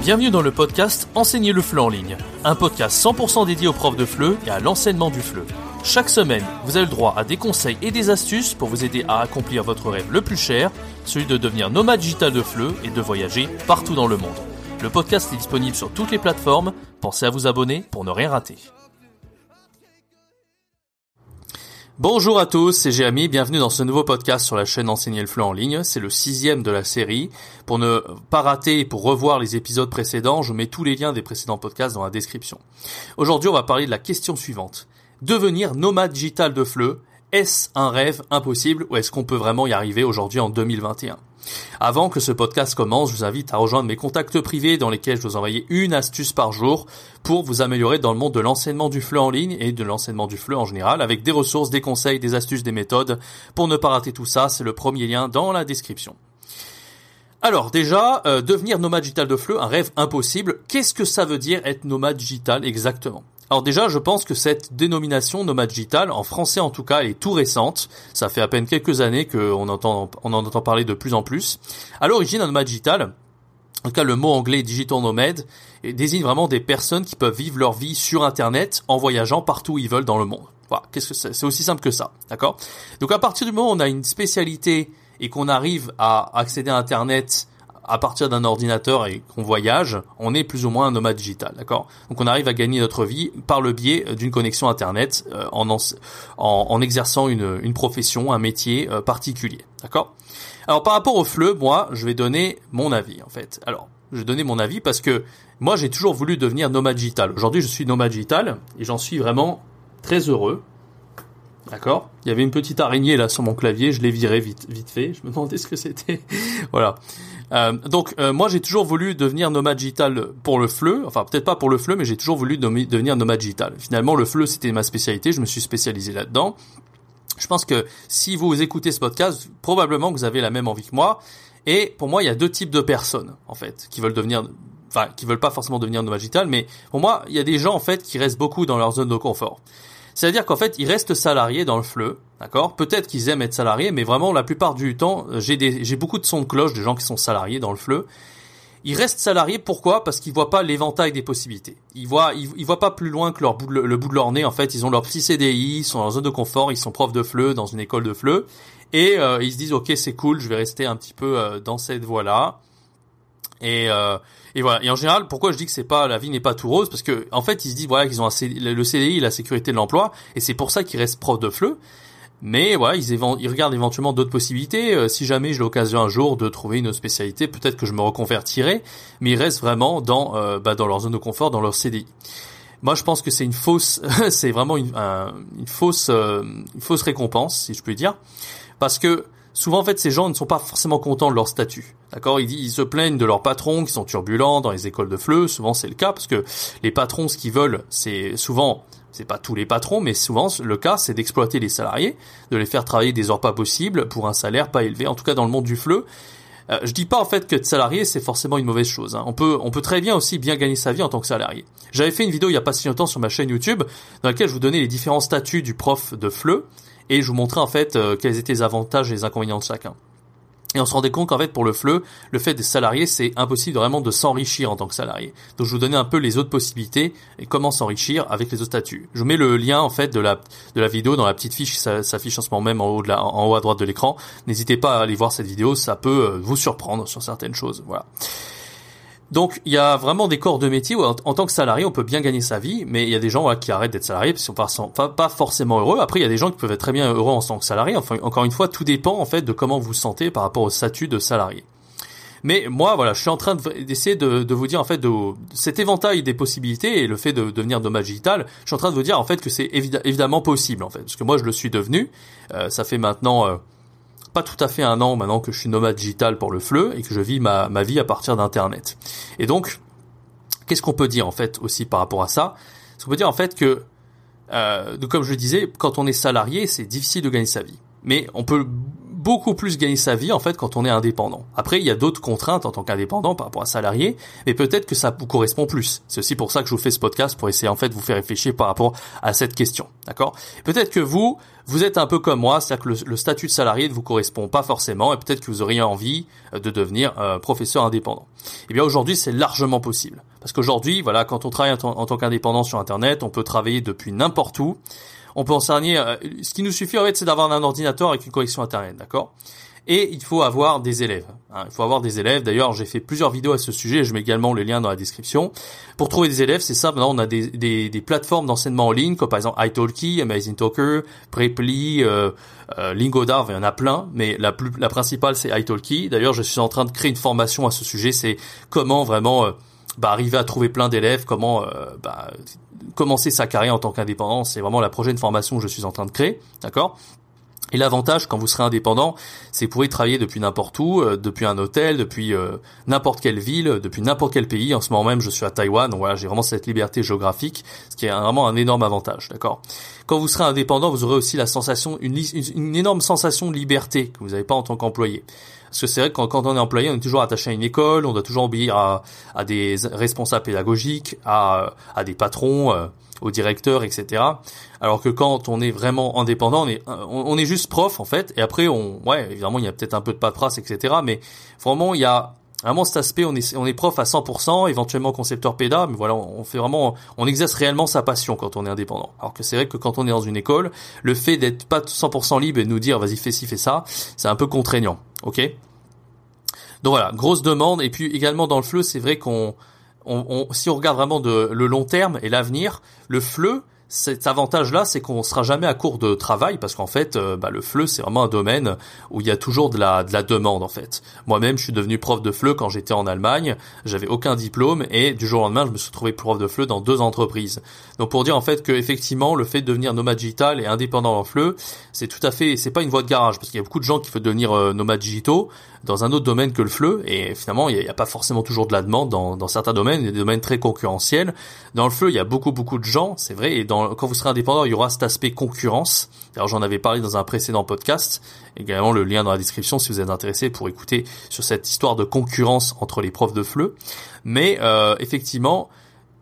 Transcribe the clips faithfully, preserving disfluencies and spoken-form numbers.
Bienvenue dans le podcast Enseigner le F L E en ligne, un podcast cent pour cent dédié aux profs de F L E et à l'enseignement du F L E. Chaque semaine, vous avez le droit à des conseils et des astuces pour vous aider à accomplir votre rêve le plus cher, celui de devenir nomade digital de F L E et de voyager partout dans le monde. Le podcast est disponible sur toutes les plateformes, pensez à vous abonner pour ne rien rater. Bonjour à tous, c'est Jérémy, bienvenue dans ce nouveau podcast sur la chaîne Enseigner le F L E en ligne. C'est le sixième de la série. Pour ne pas rater et pour revoir les épisodes précédents, je mets tous les liens des précédents podcasts dans la description. Aujourd'hui, on va parler de la question suivante. Devenir nomade digital de F L E, est-ce un rêve impossible ou est-ce qu'on peut vraiment y arriver aujourd'hui en deux mille vingt et un ? Avant que ce podcast commence, je vous invite à rejoindre mes contacts privés dans lesquels je vous envoie une astuce par jour pour vous améliorer dans le monde de l'enseignement du F L E en ligne et de l'enseignement du F L E en général avec des ressources, des conseils, des astuces, des méthodes. Pour ne pas rater tout ça, c'est le premier lien dans la description. Alors déjà, euh, devenir nomade digital de F L E, un rêve impossible. Qu'est-ce que ça veut dire être nomade digital exactement ? Alors déjà, je pense que cette dénomination nomade digital, en français en tout cas, elle est tout récente. Ça fait à peine quelques années qu'on entend, on en entend parler de plus en plus. À l'origine, un nomade digital, en tout cas le mot anglais digital nomade, désigne vraiment des personnes qui peuvent vivre leur vie sur Internet en voyageant partout où ils veulent dans le monde. Voilà, qu'est-ce que c'est ? C'est aussi simple que ça, d'accord ? Donc à partir du moment où on a une spécialité et qu'on arrive à accéder à Internet à partir d'un ordinateur et qu'on voyage, on est plus ou moins un nomade digital, d'accord ? Donc on arrive à gagner notre vie par le biais d'une connexion Internet euh, en, en, en exerçant une, une profession, un métier euh, particulier, d'accord ? Alors par rapport au F L E, moi, je vais donner mon avis en fait. Alors, je vais donner mon avis parce que moi, j'ai toujours voulu devenir nomade digital. Aujourd'hui, je suis nomade digital et j'en suis vraiment très heureux. D'accord ? Il y avait une petite araignée là sur mon clavier, je l'ai virée vite, vite fait. Je me demandais ce que c'était. Voilà. Euh, donc euh, moi j'ai toujours voulu devenir nomade digital pour le F L E, enfin peut-être pas pour le F L E, mais j'ai toujours voulu nomi- devenir nomade digital. Finalement le F L E c'était ma spécialité, je me suis spécialisé là-dedans. Je pense que si vous écoutez ce podcast, probablement que vous avez la même envie que moi. Et pour moi il y a deux types de personnes en fait qui veulent devenir, enfin qui veulent pas forcément devenir nomade digital, mais pour moi il y a des gens en fait qui restent beaucoup dans leur zone de confort. C'est-à-dire qu'en fait, ils restent salariés dans le F L E, d'accord ? Peut-être qu'ils aiment être salariés, mais vraiment, la plupart du temps, j'ai des, j'ai beaucoup de sons de cloche de gens qui sont salariés dans le F L E. Ils restent salariés, pourquoi ? Parce qu'ils voient pas l'éventail des possibilités. Ils voient, ils, ils voient pas plus loin que leur bout de, le bout de leur nez, en fait. Ils ont leur petit C D I, ils sont dans leur zone de confort, ils sont profs de F L E dans une école de F L E. Et euh, ils se disent, ok, c'est cool, je vais rester un petit peu euh, dans cette voie-là. Et, euh, et voilà. Et en général, pourquoi je dis que c'est pas, la vie n'est pas tout rose, parce que, en fait, ils se disent, voilà, qu'ils ont un C D I, le C D I, la sécurité de l'emploi, et c'est pour ça qu'ils restent profs de F L E. Mais voilà, ils, évan- ils regardent éventuellement d'autres possibilités. Euh, si jamais j'ai l'occasion un jour de trouver une spécialité, peut-être que je me reconvertirai, mais ils restent vraiment dans, euh, bah, dans leur zone de confort, dans leur C D I. Moi, je pense que c'est une fausse, c'est vraiment une, un, une fausse, euh, une fausse récompense, si je puis dire, parce que souvent, en fait, ces gens ne sont pas forcément contents de leur statut. D'accord ? Ils, ils se plaignent de leurs patrons qui sont turbulents dans les écoles de F L E. Souvent, c'est le cas parce que les patrons, ce qu'ils veulent, c'est souvent, c'est pas tous les patrons, mais souvent, le cas, c'est d'exploiter les salariés, de les faire travailler des heures pas possibles pour un salaire pas élevé. En tout cas, dans le monde du F L E, euh, je dis pas en fait que être salarié, c'est forcément une mauvaise chose. Hein. On peut, on peut très bien aussi bien gagner sa vie en tant que salarié. J'avais fait une vidéo il y a pas si longtemps sur ma chaîne YouTube dans laquelle je vous donnais les différents statuts du prof de F L E. Et je vous montrais en fait euh, quels étaient les avantages et les inconvénients de chacun. Et on se rendait compte qu'en fait pour le F L E, le fait d'être salarié, c'est impossible vraiment de s'enrichir en tant que salarié. Donc je vous donnais un peu les autres possibilités et comment s'enrichir avec les autres statuts. Je vous mets le lien en fait de la de la vidéo dans la petite fiche qui s'affiche en ce moment même en haut de la, en haut à droite de l'écran. N'hésitez pas à aller voir cette vidéo, ça peut vous surprendre sur certaines choses. Voilà. Donc, il y a vraiment des corps de métier où, en, en tant que salarié, on peut bien gagner sa vie, mais il y a des gens voilà, qui arrêtent d'être salariés parce qu'ils sont pas, pas forcément heureux. Après, il y a des gens qui peuvent être très bien heureux en tant que salarié. Enfin, encore une fois, tout dépend en fait de comment vous vous sentez par rapport au statut de salarié. Mais moi, voilà, je suis en train de, d'essayer de, de vous dire en fait de, de cet éventail des possibilités et le fait de, de devenir nomade digital. Je suis en train de vous dire en fait que c'est évid- évidemment possible en fait, parce que moi, je le suis devenu. Euh, ça fait maintenant. Euh, pas tout à fait un an maintenant que je suis nomade digital pour le F L E et que je vis ma, ma vie à partir d'Internet. Et donc, qu'est-ce qu'on peut dire en fait aussi par rapport à ça ? Ce qu'on peut dire en fait que, euh, comme je le disais, quand on est salarié, c'est difficile de gagner sa vie. Mais on peut beaucoup plus gagner sa vie en fait quand on est indépendant. Après, il y a d'autres contraintes en tant qu'indépendant par rapport à salarié, mais peut-être que ça vous correspond plus. C'est aussi pour ça que je vous fais ce podcast, pour essayer en fait de vous faire réfléchir par rapport à cette question, d'accord? Peut-être que vous, vous êtes un peu comme moi, c'est-à-dire que le, le statut de salarié ne vous correspond pas forcément, et peut-être que vous auriez envie de devenir euh, professeur indépendant. Eh bien aujourd'hui, c'est largement possible, parce qu'aujourd'hui, voilà, quand on travaille en, t- en tant qu'indépendant sur Internet, on peut travailler depuis n'importe où. On peut enseigner, euh, ce qui nous suffit en fait, c'est d'avoir un ordinateur avec une connexion Internet, d'accord? Et il faut avoir des élèves. Hein, il faut avoir des élèves. D'ailleurs, j'ai fait plusieurs vidéos à ce sujet. Je mets également les liens dans la description. Pour trouver des élèves, c'est simple. Maintenant, on a des, des, des plateformes d'enseignement en ligne, comme par exemple italki, Amazing Talker, Preply, euh, euh, Lingodar. Il y en a plein, mais la plus, la principale, c'est italki. D'ailleurs, je suis en train de créer une formation à ce sujet. C'est comment vraiment euh, bah, arriver à trouver plein d'élèves, comment euh, bah, commencer sa carrière en tant qu'indépendant. C'est vraiment la prochaine formation que je suis en train de créer, d'accord? Et l'avantage, quand vous serez indépendant, c'est que vous pourrez travailler depuis n'importe où, euh, depuis un hôtel, depuis euh, n'importe quelle ville, depuis n'importe quel pays. En ce moment même, je suis à Taïwan, donc voilà, j'ai vraiment cette liberté géographique, ce qui est un, vraiment un énorme avantage, d'accord? Quand vous serez indépendant, vous aurez aussi la sensation, une, une, une énorme sensation de liberté que vous n'avez pas en tant qu'employé. Parce que c'est vrai que quand, quand on est employé, on est toujours attaché à une école, on doit toujours obéir à, à des responsables pédagogiques, à, à des patrons, euh, aux directeurs, et cetera. Alors que quand on est vraiment indépendant, on est, on, on est juste prof en fait. Et après, on, ouais, évidemment, il y a peut-être un peu de paperasse, et cetera. Mais vraiment, il y a vraiment cet aspect, on est, on est prof à cent pour cent, éventuellement concepteur péda, mais voilà, on fait vraiment, on exerce réellement sa passion quand on est indépendant. Alors que c'est vrai que quand on est dans une école, le fait d'être pas cent pour cent libre et de nous dire vas-y fais ci, fais ça, c'est un peu contraignant, ok? Donc voilà, grosse demande. Et puis également dans le F L E, c'est vrai qu'on, on, on, si on regarde vraiment de, le long terme et l'avenir, le F L E, cet avantage-là, c'est qu'on sera jamais à court de travail parce qu'en fait, euh, bah, le F L E, c'est vraiment un domaine où il y a toujours de la, de la demande en fait. Moi-même, je suis devenu prof de F L E quand j'étais en Allemagne. J'avais aucun diplôme et du jour au lendemain, je me suis trouvé prof de F L E dans deux entreprises. Donc pour dire en fait que effectivement, le fait de devenir nomade digital et indépendant en F L E, c'est tout à fait, c'est pas une voie de garage parce qu'il y a beaucoup de gens qui veulent devenir euh, nomades digitaux dans un autre domaine que le F L E et finalement, il n'y a, a pas forcément toujours de la demande dans, dans certains domaines. Il y a des domaines très concurrentiels. Dans le F L E, il y a beaucoup beaucoup de gens, c'est vrai, et dans quand vous serez indépendant, il y aura cet aspect concurrence. Alors j'en avais parlé dans un précédent podcast, également le lien dans la description si vous êtes intéressé pour écouter sur cette histoire de concurrence entre les profs de F L E. Mais euh, effectivement,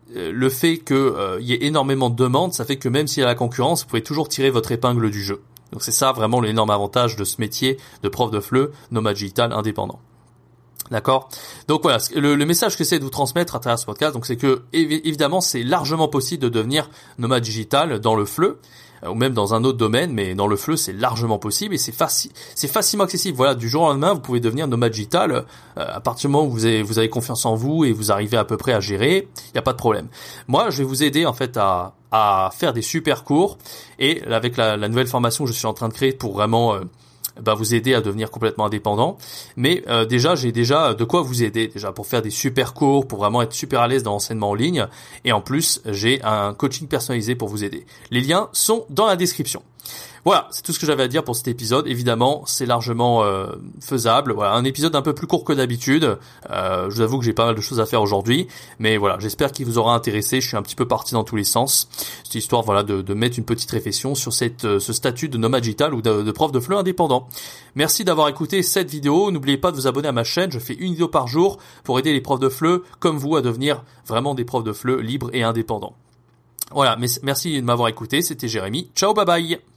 le fait qu'il euh, y ait énormément de demandes, ça fait que même s'il y a la concurrence, vous pouvez toujours tirer votre épingle du jeu. Donc c'est ça vraiment l'énorme avantage de ce métier de prof de F L E, nomade digital indépendant. D'accord. Donc voilà, le, le message que j'essaie de vous transmettre à travers ce podcast, donc c'est que évidemment c'est largement possible de devenir nomade digital dans le F L E ou même dans un autre domaine, mais dans le F L E c'est largement possible et c'est facile, c'est facilement accessible. Voilà, du jour au lendemain vous pouvez devenir nomade digital euh, à partir du moment où vous avez, vous avez confiance en vous et vous arrivez à peu près à gérer, il n'y a pas de problème. Moi, je vais vous aider en fait à à faire des super cours et avec la, la nouvelle formation que je suis en train de créer pour vraiment euh, bah vous aider à devenir complètement indépendant. Mais euh, déjà, j'ai déjà de quoi vous aider déjà pour faire des super cours, pour vraiment être super à l'aise dans l'enseignement en ligne. Et en plus, j'ai un coaching personnalisé pour vous aider. Les liens sont dans la description. Voilà, c'est tout ce que j'avais à dire pour cet épisode. Évidemment, c'est largement euh, faisable. Voilà, un épisode un peu plus court que d'habitude. Euh, je vous avoue que j'ai pas mal de choses à faire aujourd'hui, mais voilà, j'espère qu'il vous aura intéressé. Je suis un petit peu parti dans tous les sens. C'est histoire, voilà, de, de mettre une petite réflexion sur cette, euh, ce statut de nomade digital ou de, de prof de F L E indépendant. Merci d'avoir écouté cette vidéo. N'oubliez pas de vous abonner à ma chaîne. Je fais une vidéo par jour pour aider les profs de F L E comme vous à devenir vraiment des profs de F L E libres et indépendants. Voilà, mais merci de m'avoir écouté. C'était Jérémy. Ciao, bye bye.